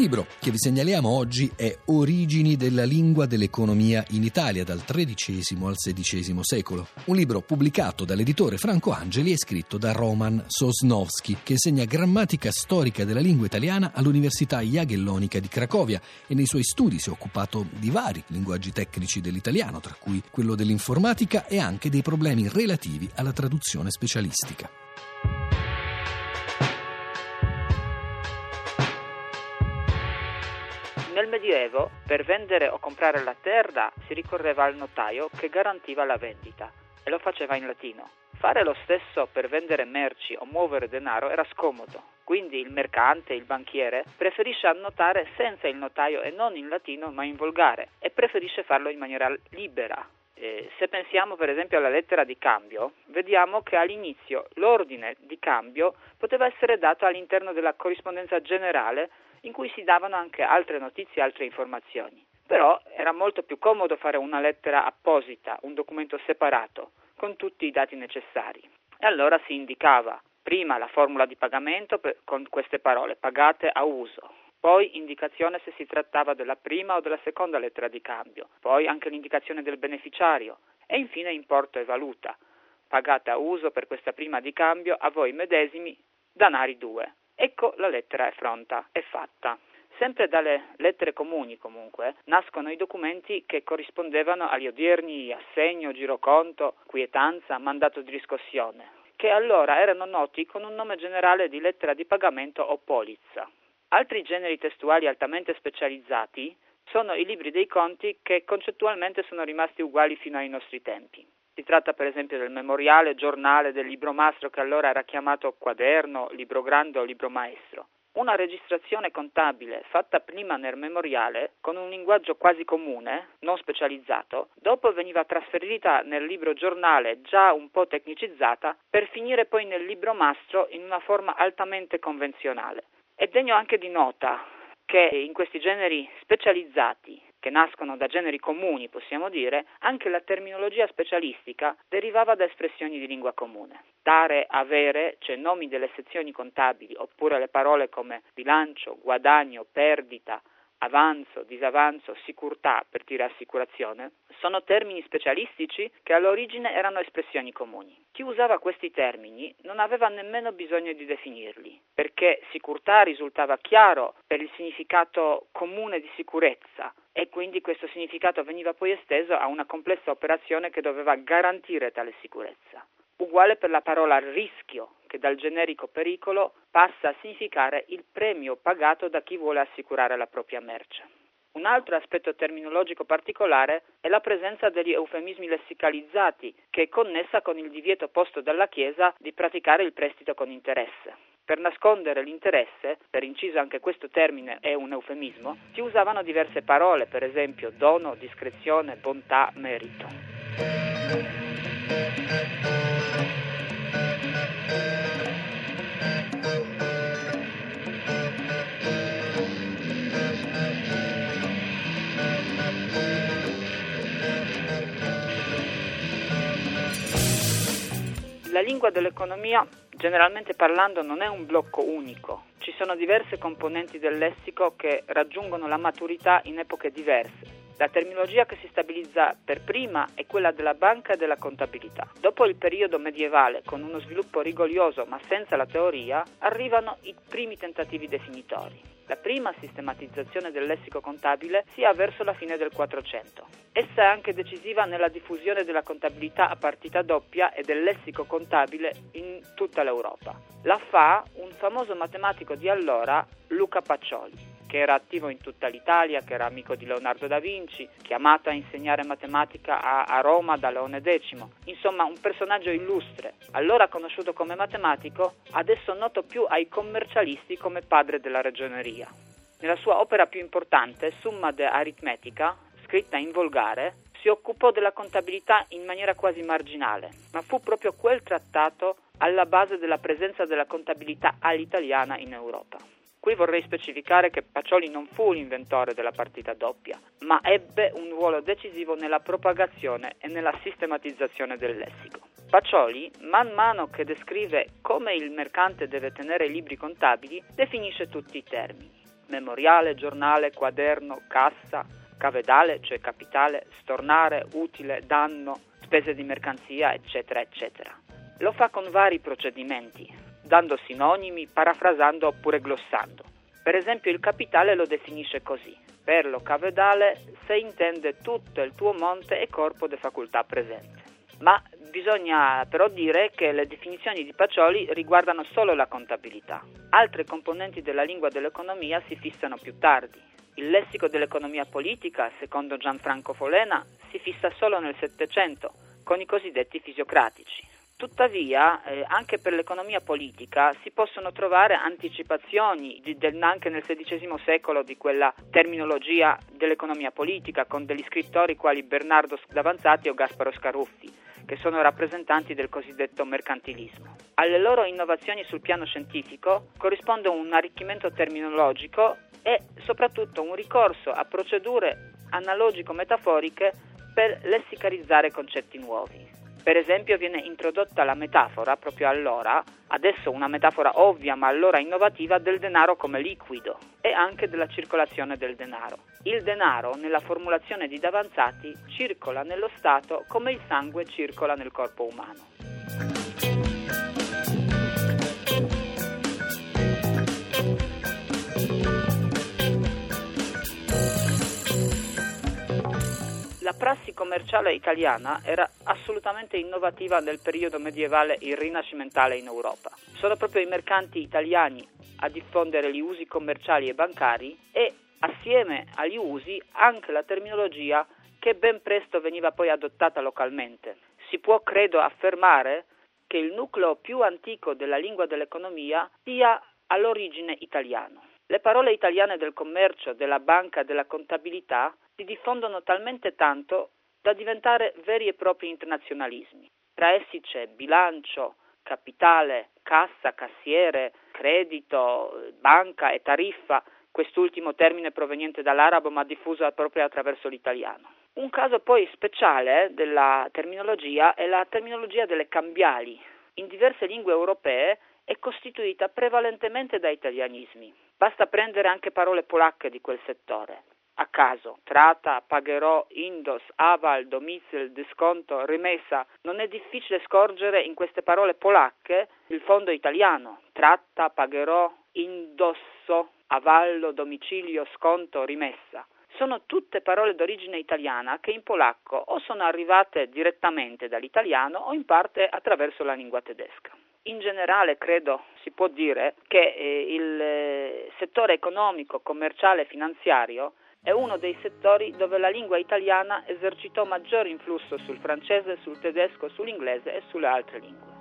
libro che vi segnaliamo oggi è Origini della lingua dell'economia in Italia dal XIII al XVI secolo. Un libro pubblicato dall'editore Franco Angeli e scritto da Roman Sosnowski, che insegna grammatica storica della lingua italiana all'Università Jagiellonica di Cracovia e nei suoi studi si è occupato di vari linguaggi tecnici dell'italiano, tra cui quello dell'informatica e anche dei problemi relativi alla traduzione specialistica. Nel Medioevo, per vendere o comprare la terra, si ricorreva al notaio che garantiva la vendita e lo faceva in latino. Fare lo stesso per vendere merci o muovere denaro era scomodo, quindi il mercante, il banchiere, preferisce annotare senza il notaio e non in latino ma in volgare e preferisce farlo in maniera libera. Se pensiamo per esempio alla lettera di cambio, vediamo che all'inizio l'ordine di cambio poteva essere dato all'interno della corrispondenza generale in cui si davano anche altre notizie, altre informazioni. Però era molto più comodo fare una lettera apposita, un documento separato, con tutti i dati necessari. E allora si indicava prima la formula di pagamento con queste parole, pagate a uso, poi indicazione se si trattava della prima o della seconda lettera di cambio, poi anche l'indicazione del beneficiario e infine importo e valuta, pagate a uso per questa prima di cambio a voi medesimi, danari 2. Ecco, la lettera è pronta, è fatta. Sempre dalle lettere comuni, comunque, nascono i documenti che corrispondevano agli odierni assegno, giroconto, quietanza, mandato di riscossione, che allora erano noti con un nome generale di lettera di pagamento o polizza. Altri generi testuali altamente specializzati sono i libri dei conti che concettualmente sono rimasti uguali fino ai nostri tempi. Si tratta per esempio del memoriale, giornale, del libro mastro che allora era chiamato quaderno, libro grande o libro maestro. Una registrazione contabile fatta prima nel memoriale con un linguaggio quasi comune, non specializzato, dopo veniva trasferita nel libro giornale già un po' tecnicizzata per finire poi nel libro mastro in una forma altamente convenzionale. È degno anche di nota che in questi generi specializzati, che nascono da generi comuni, possiamo dire, anche la terminologia specialistica derivava da espressioni di lingua comune. Dare, avere, cioè nomi delle sezioni contabili, oppure le parole come bilancio, guadagno, perdita, avanzo, disavanzo, sicurtà, per dire assicurazione, sono termini specialistici che all'origine erano espressioni comuni. Chi usava questi termini non aveva nemmeno bisogno di definirli, perché sicurtà risultava chiaro per il significato comune di sicurezza e quindi questo significato veniva poi esteso a una complessa operazione che doveva garantire tale sicurezza. Uguale per la parola rischio, che dal generico pericolo passa a significare il premio pagato da chi vuole assicurare la propria merce. Un altro aspetto terminologico particolare è la presenza degli eufemismi lessicalizzati, che è connessa con il divieto posto dalla Chiesa di praticare il prestito con interesse. Per nascondere l'interesse, per inciso anche questo termine è un eufemismo, si usavano diverse parole, per esempio dono, discrezione, bontà, merito. La lingua dell'economia, generalmente parlando, non è un blocco unico. Ci sono diverse componenti del lessico che raggiungono la maturità in epoche diverse. La terminologia che si stabilizza per prima è quella della banca e della contabilità. Dopo il periodo medievale, con uno sviluppo rigoglioso ma senza la teoria, arrivano i primi tentativi definitori. La prima sistematizzazione del lessico contabile si ha verso la fine del 400. Essa è anche decisiva nella diffusione della contabilità a partita doppia e del lessico contabile in tutta l'Europa. La fa un famoso matematico di allora, Luca Pacioli, che era attivo in tutta l'Italia, che era amico di Leonardo da Vinci, chiamato a insegnare matematica a Roma da Leone X. Insomma, un personaggio illustre, allora conosciuto come matematico, adesso noto più ai commercialisti come padre della ragioneria. Nella sua opera più importante, Summa de Arithmetica, scritta in volgare, si occupò della contabilità in maniera quasi marginale, ma fu proprio quel trattato alla base della presenza della contabilità all'italiana in Europa. Qui vorrei specificare che Pacioli non fu l'inventore della partita doppia, ma ebbe un ruolo decisivo nella propagazione e nella sistematizzazione del lessico. Pacioli, man mano che descrive come il mercante deve tenere i libri contabili, definisce tutti i termini. memoriale, giornale, quaderno, cassa, cavedale, cioè capitale, stornare, utile, danno, spese di mercanzia, eccetera, eccetera. Lo fa con vari procedimenti, dando sinonimi, parafrasando oppure glossando. Per esempio il capitale lo definisce così: per lo cavedale se intende tutto il tuo monte e corpo de facoltà presente. Ma bisogna però dire che le definizioni di Pacioli riguardano solo la contabilità. Altre componenti della lingua dell'economia si fissano più tardi. Il lessico dell'economia politica, secondo Gianfranco Folena, si fissa solo nel Settecento, con i cosiddetti fisiocratici. Tuttavia, anche per l'economia politica si possono trovare anticipazioni anche nel XVI secolo di quella terminologia dell'economia politica, con degli scrittori quali Bernardo Davanzati o Gasparo Scaruffi, che sono rappresentanti del cosiddetto mercantilismo. Alle loro innovazioni sul piano scientifico corrisponde un arricchimento terminologico e soprattutto un ricorso a procedure analogico-metaforiche per lessicalizzare concetti nuovi. Per esempio viene introdotta la metafora, proprio allora, adesso una metafora ovvia ma allora innovativa, del denaro come liquido e anche della circolazione del denaro. Il denaro, nella formulazione di Davanzati, circola nello Stato come il sangue circola nel corpo umano. La prassi commerciale italiana era assolutamente innovativa nel periodo medievale e rinascimentale in Europa. Sono proprio i mercanti italiani a diffondere gli usi commerciali e bancari e, assieme agli usi, anche la terminologia che ben presto veniva poi adottata localmente. Si può, credo, affermare che il nucleo più antico della lingua dell'economia sia all'origine italiano. Le parole italiane del commercio, della banca, della contabilità si diffondono talmente tanto da diventare veri e propri internazionalismi. Tra essi c'è bilancio, capitale, cassa, cassiere, credito, banca e tariffa, quest'ultimo termine proveniente dall'arabo ma diffuso proprio attraverso l'italiano. Un caso poi speciale della terminologia è la terminologia delle cambiali. In diverse lingue europee è costituita prevalentemente da italianismi. Basta prendere anche parole polacche di quel settore. A caso, trata, pagherò, indos, aval, domicil, disconto, rimessa. Non è difficile scorgere in queste parole polacche il fondo italiano. Tratta, pagherò, indosso, avallo, domicilio, sconto, rimessa. Sono tutte parole d'origine italiana che in polacco o sono arrivate direttamente dall'italiano o in parte attraverso la lingua tedesca. In generale credo si può dire che il settore economico, commerciale e finanziario è uno dei settori dove la lingua italiana esercitò maggior influsso sul francese, sul tedesco, sull'inglese e sulle altre lingue.